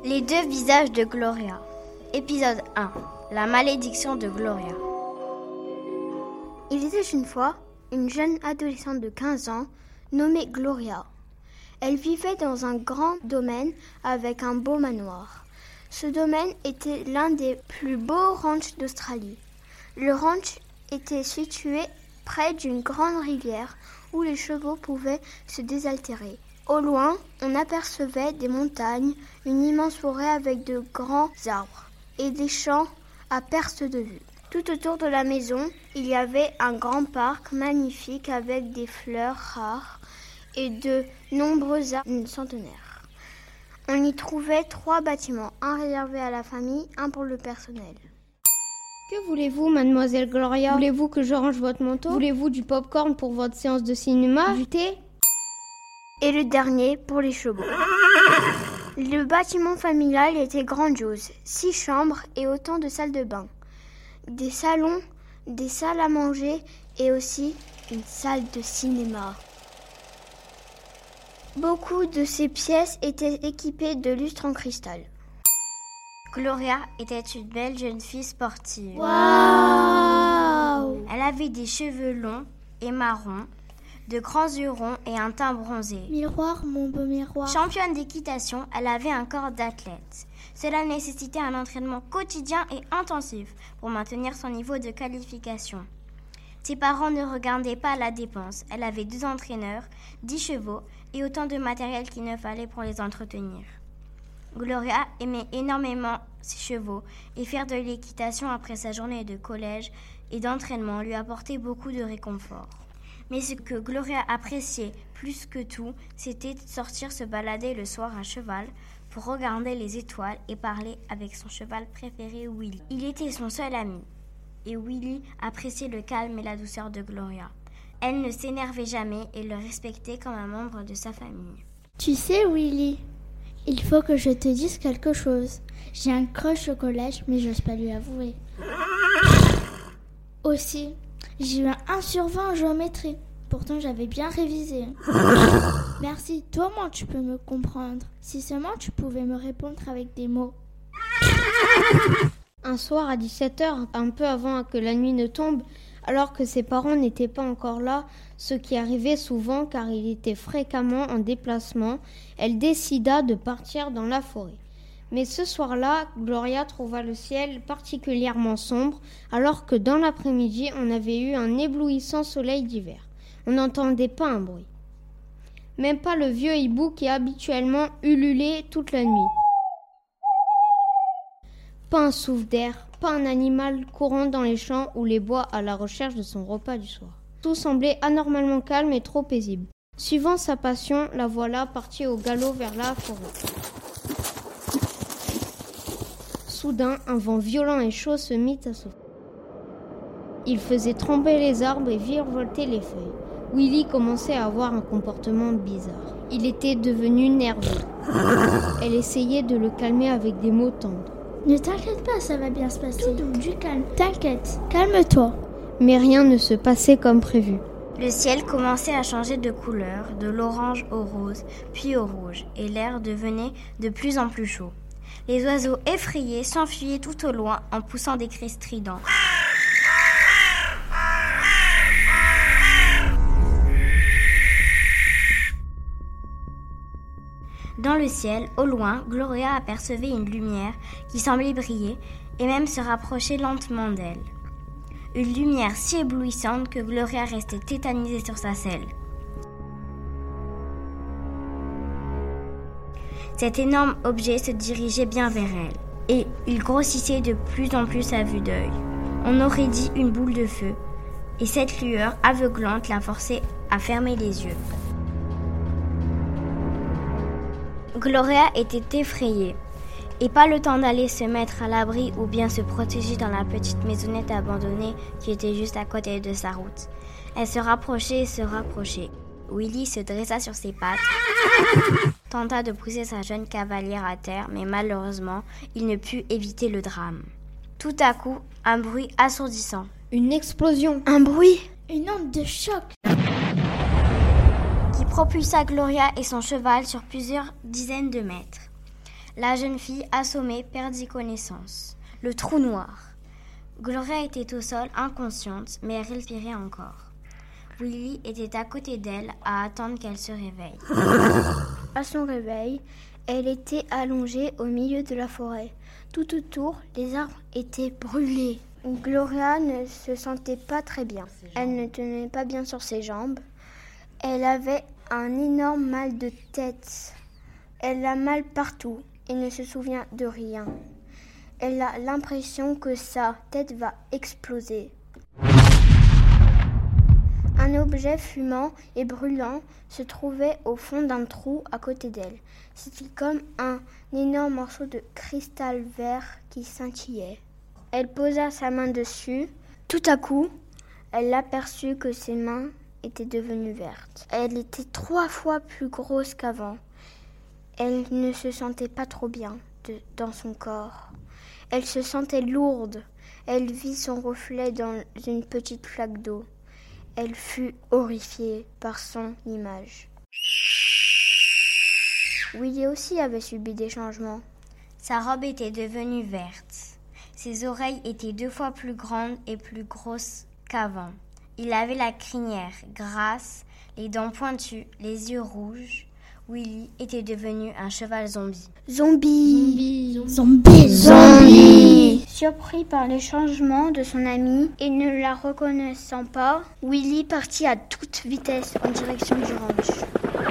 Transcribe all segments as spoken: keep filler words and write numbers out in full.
Les deux visages de Gloria. Épisode un. La malédiction de Gloria. Il était une fois une jeune adolescente de quinze ans nommée Gloria. Elle vivait dans un grand domaine avec un beau manoir. Ce domaine était l'un des plus beaux ranchs d'Australie. Le ranch était situé près d'une grande rivière où les chevaux pouvaient se désaltérer. Au loin, on apercevait des montagnes, une immense forêt avec de grands arbres et des champs à perte de vue. Tout autour de la maison, il y avait un grand parc magnifique avec des fleurs rares et de nombreux arbres centenaires. On y trouvait trois bâtiments, un réservé à la famille, un pour le personnel. Que voulez-vous, mademoiselle Gloria? Voulez-vous que je range votre manteau? Voulez-vous du pop-corn pour votre séance de cinéma? Du thé? Et le dernier pour les chevaux. Le bâtiment familial était grandiose, six chambres et autant de salles de bain, des salons, des salles à manger et aussi une salle de cinéma. Beaucoup de ces pièces étaient équipées de lustres en cristal. Gloria était une belle jeune fille sportive. Waouh! Elle avait des cheveux longs et marrons, de grands yeux ronds et un teint bronzé. Miroir, mon beau miroir. Championne d'équitation, elle avait un corps d'athlète. Cela nécessitait un entraînement quotidien et intensif pour maintenir son niveau de qualification. Ses parents ne regardaient pas la dépense. Elle avait deux entraîneurs, dix chevaux et autant de matériel qu'il ne fallait pour les entretenir. Gloria aimait énormément ses chevaux et faire de l'équitation après sa journée de collège et d'entraînement lui apportait beaucoup de réconfort. Mais ce que Gloria appréciait plus que tout, c'était de sortir se balader le soir à cheval pour regarder les étoiles et parler avec son cheval préféré, Willy. Il était son seul ami, et Willy appréciait le calme et la douceur de Gloria. Elle ne s'énervait jamais et le respectait comme un membre de sa famille. Tu sais, Willy, il faut que je te dise quelque chose. J'ai un crush au collège, mais j'ose pas lui avouer. Aussi, j'ai eu un un sur vingt en géométrie. Pourtant, j'avais bien révisé. Merci, toi au moins tu peux me comprendre. Si seulement tu pouvais me répondre avec des mots. Un soir à dix-sept heures, un peu avant que la nuit ne tombe, alors que ses parents n'étaient pas encore là, ce qui arrivait souvent car il était fréquemment en déplacement, elle décida de partir dans la forêt. Mais ce soir-là, Gloria trouva le ciel particulièrement sombre, alors que dans l'après-midi, on avait eu un éblouissant soleil d'hiver. On n'entendait pas un bruit. Même pas le vieux hibou qui habituellement ululait toute la nuit. Pas un souffle d'air, pas un animal courant dans les champs ou les bois à la recherche de son repas du soir. Tout semblait anormalement calme et trop paisible. Suivant sa passion, la voilà partie au galop vers la forêt. Soudain, un vent violent et chaud se mit à souffler. Il faisait trembler les arbres et virevolter les feuilles. Willy commençait à avoir un comportement bizarre. Il était devenu nerveux. Elle essayait de le calmer avec des mots tendres. Ne t'inquiète pas, ça va bien se passer. Tout doux, du calme. T'inquiète, calme-toi. Mais rien ne se passait comme prévu. Le ciel commençait à changer de couleur, de l'orange au rose, puis au rouge, et l'air devenait de plus en plus chaud. Les oiseaux effrayés s'enfuyaient tout au loin en poussant des cris stridents. Dans le ciel, au loin, Gloria apercevait une lumière qui semblait briller et même se rapprocher lentement d'elle. Une lumière si éblouissante que Gloria restait tétanisée sur sa selle. Cet énorme objet se dirigeait bien vers elle, et il grossissait de plus en plus à vue d'œil. On aurait dit une boule de feu, et cette lueur aveuglante la forçait à fermer les yeux. Gloria était effrayée, et pas le temps d'aller se mettre à l'abri ou bien se protéger dans la petite maisonnette abandonnée qui était juste à côté de sa route. Elle se rapprochait et se rapprochait. Willy se dressa sur ses pattes, tenta de pousser sa jeune cavalière à terre, mais malheureusement, il ne put éviter le drame. Tout à coup, un bruit assourdissant. Une explosion. Un bruit. Une onde de choc. Qui propulsa Gloria et son cheval sur plusieurs dizaines de mètres. La jeune fille, assommée, perdit connaissance. Le trou noir. Gloria était au sol, inconsciente, mais elle respirait encore. Willy était à côté d'elle, à attendre qu'elle se réveille. À son réveil, elle était allongée au milieu de la forêt. Tout autour, les arbres étaient brûlés. Gloria ne se sentait pas très bien. Elle ne tenait pas bien sur ses jambes. Elle avait un énorme mal de tête. Elle a mal partout et ne se souvient de rien. Elle a l'impression que sa tête va exploser. Un objet fumant et brûlant se trouvait au fond d'un trou à côté d'elle. C'était comme un énorme morceau de cristal vert qui scintillait. Elle posa sa main dessus. Tout à coup, elle aperçut que ses mains étaient devenues vertes. Elle était trois fois plus grosse qu'avant. Elle ne se sentait pas trop bien de, dans son corps. Elle se sentait lourde. Elle vit son reflet dans une petite flaque d'eau. Elle fut horrifiée par son image. Willy aussi avait subi des changements. Sa robe était devenue verte. Ses oreilles étaient deux fois plus grandes et plus grosses qu'avant. Il avait la crinière grasse, les dents pointues, les yeux rouges. Willy était devenu un cheval zombie. Zombie Zombie Zombie Zombie Surpris par les changements de son amie et ne la reconnaissant pas, Willy partit à toute vitesse en direction du ranch.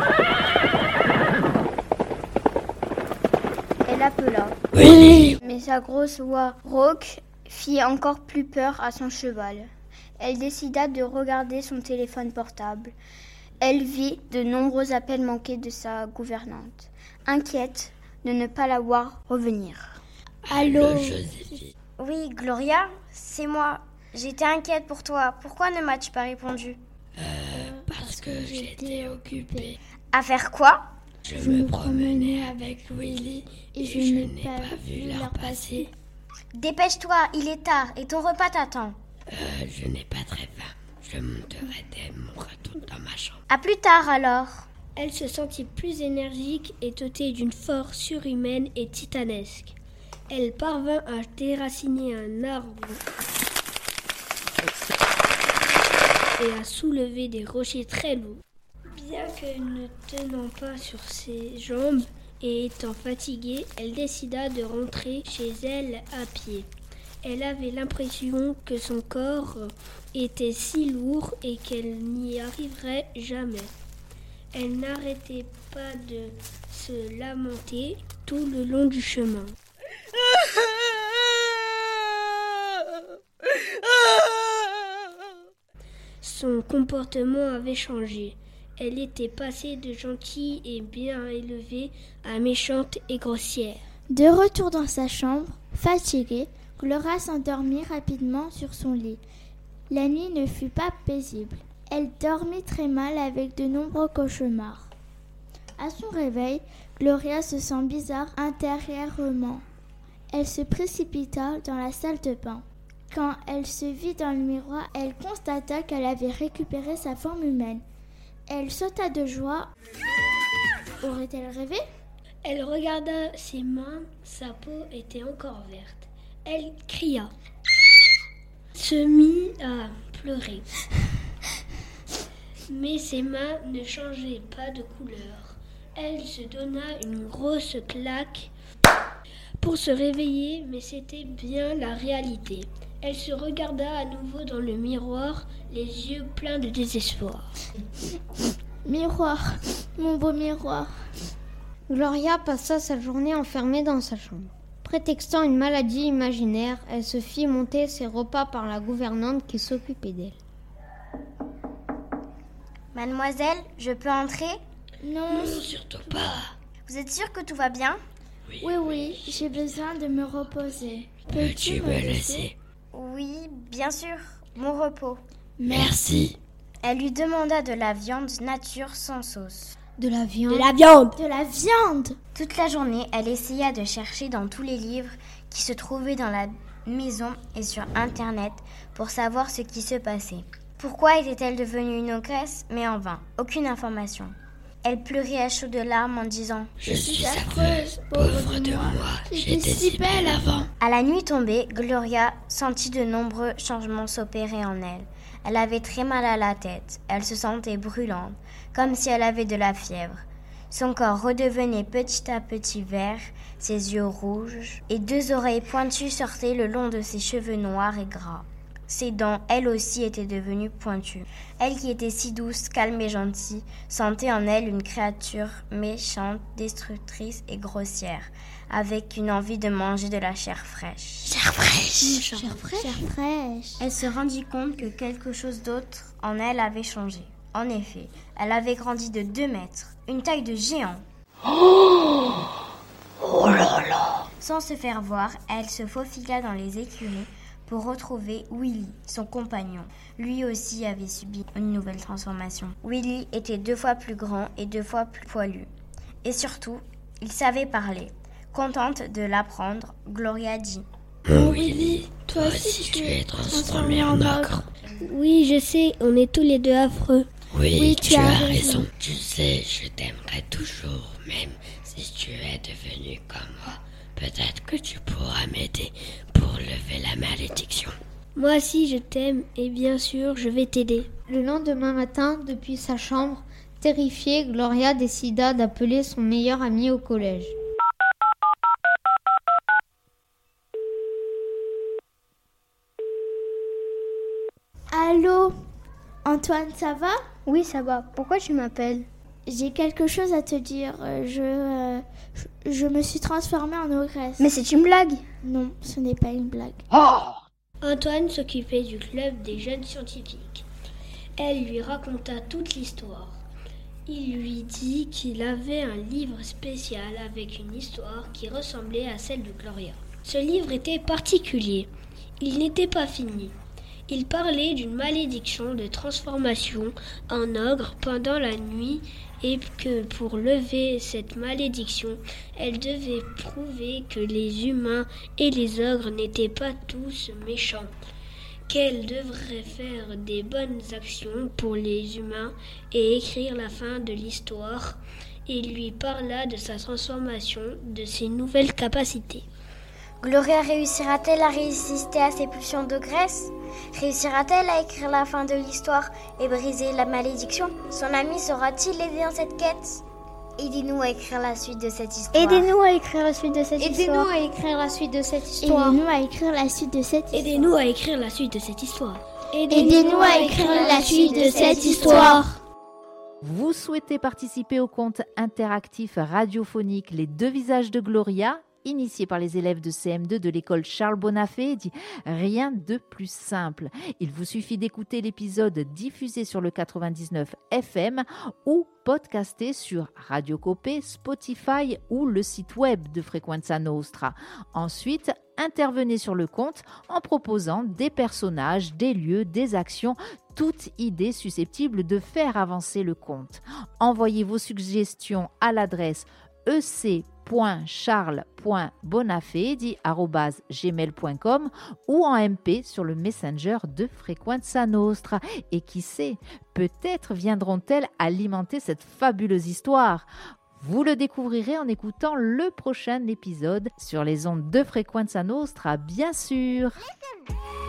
Elle appela. Willy! Mais sa grosse voix rauque fit encore plus peur à son cheval. Elle décida de regarder son téléphone portable. Elle vit de nombreux appels manqués de sa gouvernante, inquiète de ne pas la voir revenir. Allô, Joséphine. Oui, Gloria, c'est moi. J'étais inquiète pour toi. Pourquoi ne m'as-tu pas répondu? Euh, parce que j'étais occupée. À faire quoi? Je me promenais avec Willy et je n'ai pas vu l'heure passer. Dépêche-toi, il est tard et ton repas t'attend. Euh, je n'ai pas très faim. Je monterai dès mon retour dans ma chambre. À plus tard alors. Elle se sentit plus énergique et dotée d'une force surhumaine et titanesque. Elle parvint à déraciner un arbre et à soulever des rochers très lourds. Bien que ne tenant pas sur ses jambes et étant fatiguée, elle décida de rentrer chez elle à pied. Elle avait l'impression que son corps était si lourd et qu'elle n'y arriverait jamais. Elle n'arrêtait pas de se lamenter tout le long du chemin. Son comportement avait changé. Elle était passée de gentille et bien élevée à méchante et grossière. De retour dans sa chambre, fatiguée, Gloria s'endormit rapidement sur son lit. La nuit ne fut pas paisible. Elle dormit très mal avec de nombreux cauchemars. À son réveil, Gloria se sent bizarre intérieurement. Elle se précipita dans la salle de bain. Quand elle se vit dans le miroir, elle constata qu'elle avait récupéré sa forme humaine. Elle sauta de joie. Aurait-elle rêvé? Elle regarda ses mains, sa peau était encore verte. Elle cria, se mit à pleurer. Mais ses mains ne changeaient pas de couleur. Elle se donna une grosse claque pour se réveiller, mais c'était bien la réalité. Elle se regarda à nouveau dans le miroir, les yeux pleins de désespoir. Miroir, mon beau miroir. Gloria passa sa journée enfermée dans sa chambre. Prétextant une maladie imaginaire, elle se fit monter ses repas par la gouvernante qui s'occupait d'elle. Mademoiselle, je peux entrer? Non. Non, surtout pas. Vous êtes sûre que tout va bien? Oui, oui, j'ai besoin de me reposer. Peux-tu me laisser? Oui, bien sûr. Mon repos. Merci. Elle lui demanda de la viande nature sans sauce. De la viande. De la viande! De la viande! Toute la journée, elle essaya de chercher dans tous les livres qui se trouvaient dans la maison et sur Internet pour savoir ce qui se passait. Pourquoi était-elle devenue une ogresse? Mais en vain, aucune information. Elle pleurait à chaudes larmes en disant « Je suis affreuse, pauvre de moi, j'étais si belle avant. » À la nuit tombée, Gloria sentit de nombreux changements s'opérer en elle. Elle avait très mal à la tête, elle se sentait brûlante, comme si elle avait de la fièvre. Son corps redevenait petit à petit vert, ses yeux rouges, et deux oreilles pointues sortaient le long de ses cheveux noirs et gras. Ses dents, elles aussi, étaient devenues pointues. Elle qui était si douce, calme et gentille, sentait en elle une créature méchante, destructrice et grossière, avec une envie de manger de la chair fraîche. Chair fraîche. Chair fraîche. Chair fraîche. Elle se rendit compte que quelque chose d'autre en elle avait changé. En effet, elle avait grandi de deux mètres, une taille de géant. Oh, oh là là. Sans se faire voir, elle se faufila dans les écuries pour retrouver Willy, son compagnon. Lui aussi avait subi une nouvelle transformation. Willy était deux fois plus grand et deux fois plus poilu. Et surtout, il savait parler. Contente de l'apprendre, Gloria dit « Oh Willy, toi aussi tu es transformé en ogre. » Oui, je sais, on est tous les deux affreux. Oui, oui tu, tu as raison. raison. Tu sais, je t'aimerai toujours, même si tu es devenu comme moi. Peut-être que tu pourras m'aider pour lever la malédiction. Moi aussi, je t'aime et bien sûr, je vais t'aider. Le lendemain matin, depuis sa chambre, terrifiée, Gloria décida d'appeler son meilleur ami au collège. Allô, Antoine, ça va ? Oui, ça va. Pourquoi tu m'appelles ? J'ai quelque chose à te dire. Je, euh, je, je me suis transformée en ogresse. Mais c'est une blague ? Non, ce n'est pas une blague. Oh ! Antoine s'occupait du club des jeunes scientifiques. Elle lui raconta toute l'histoire. Il lui dit qu'il avait un livre spécial avec une histoire qui ressemblait à celle de Gloria. Ce livre était particulier. Il n'était pas fini. Il parlait d'une malédiction de transformation en ogre pendant la nuit et que pour lever cette malédiction, elle devait prouver que les humains et les ogres n'étaient pas tous méchants, qu'elle devrait faire des bonnes actions pour les humains et écrire la fin de l'histoire. Il lui parla de sa transformation, de ses nouvelles capacités. Gloria réussira-t-elle à résister à ses pulsions d'ogresse ? Réussira-t-elle à écrire la fin de l'histoire et briser la malédiction ? Son ami saura-t-il l'aider dans cette quête ? Aidez-nous à écrire la suite de cette histoire. Aidez-nous à écrire la suite de cette Aidez-nous histoire. à écrire la suite de cette histoire. Aidez-nous à écrire la suite de cette histoire. Aidez-nous à écrire la suite de cette histoire. Aidez-nous à écrire la suite de cette histoire. Vous souhaitez participer au conte interactif radiophonique Les deux visages de Gloria, initié par les élèves de C M deux de l'école Charles Bonafé, dit rien de plus simple. Il vous suffit d'écouter l'épisode diffusé sur le quatre-vingt-dix-neuf F M ou podcasté sur Radio Copé, Spotify ou le site web de Frequenza Nostra. Ensuite, intervenez sur le conte en proposant des personnages, des lieux, des actions, toute idée susceptible de faire avancer le conte. Envoyez vos suggestions à l'adresse e c point charles point bonafé arobase gmail point com ou en M P sur le Messenger de Frequenza Nostra. Et qui sait, peut-être viendront-elles alimenter cette fabuleuse histoire. Vous le découvrirez en écoutant le prochain épisode sur les ondes de Frequenza Nostra, bien sûr.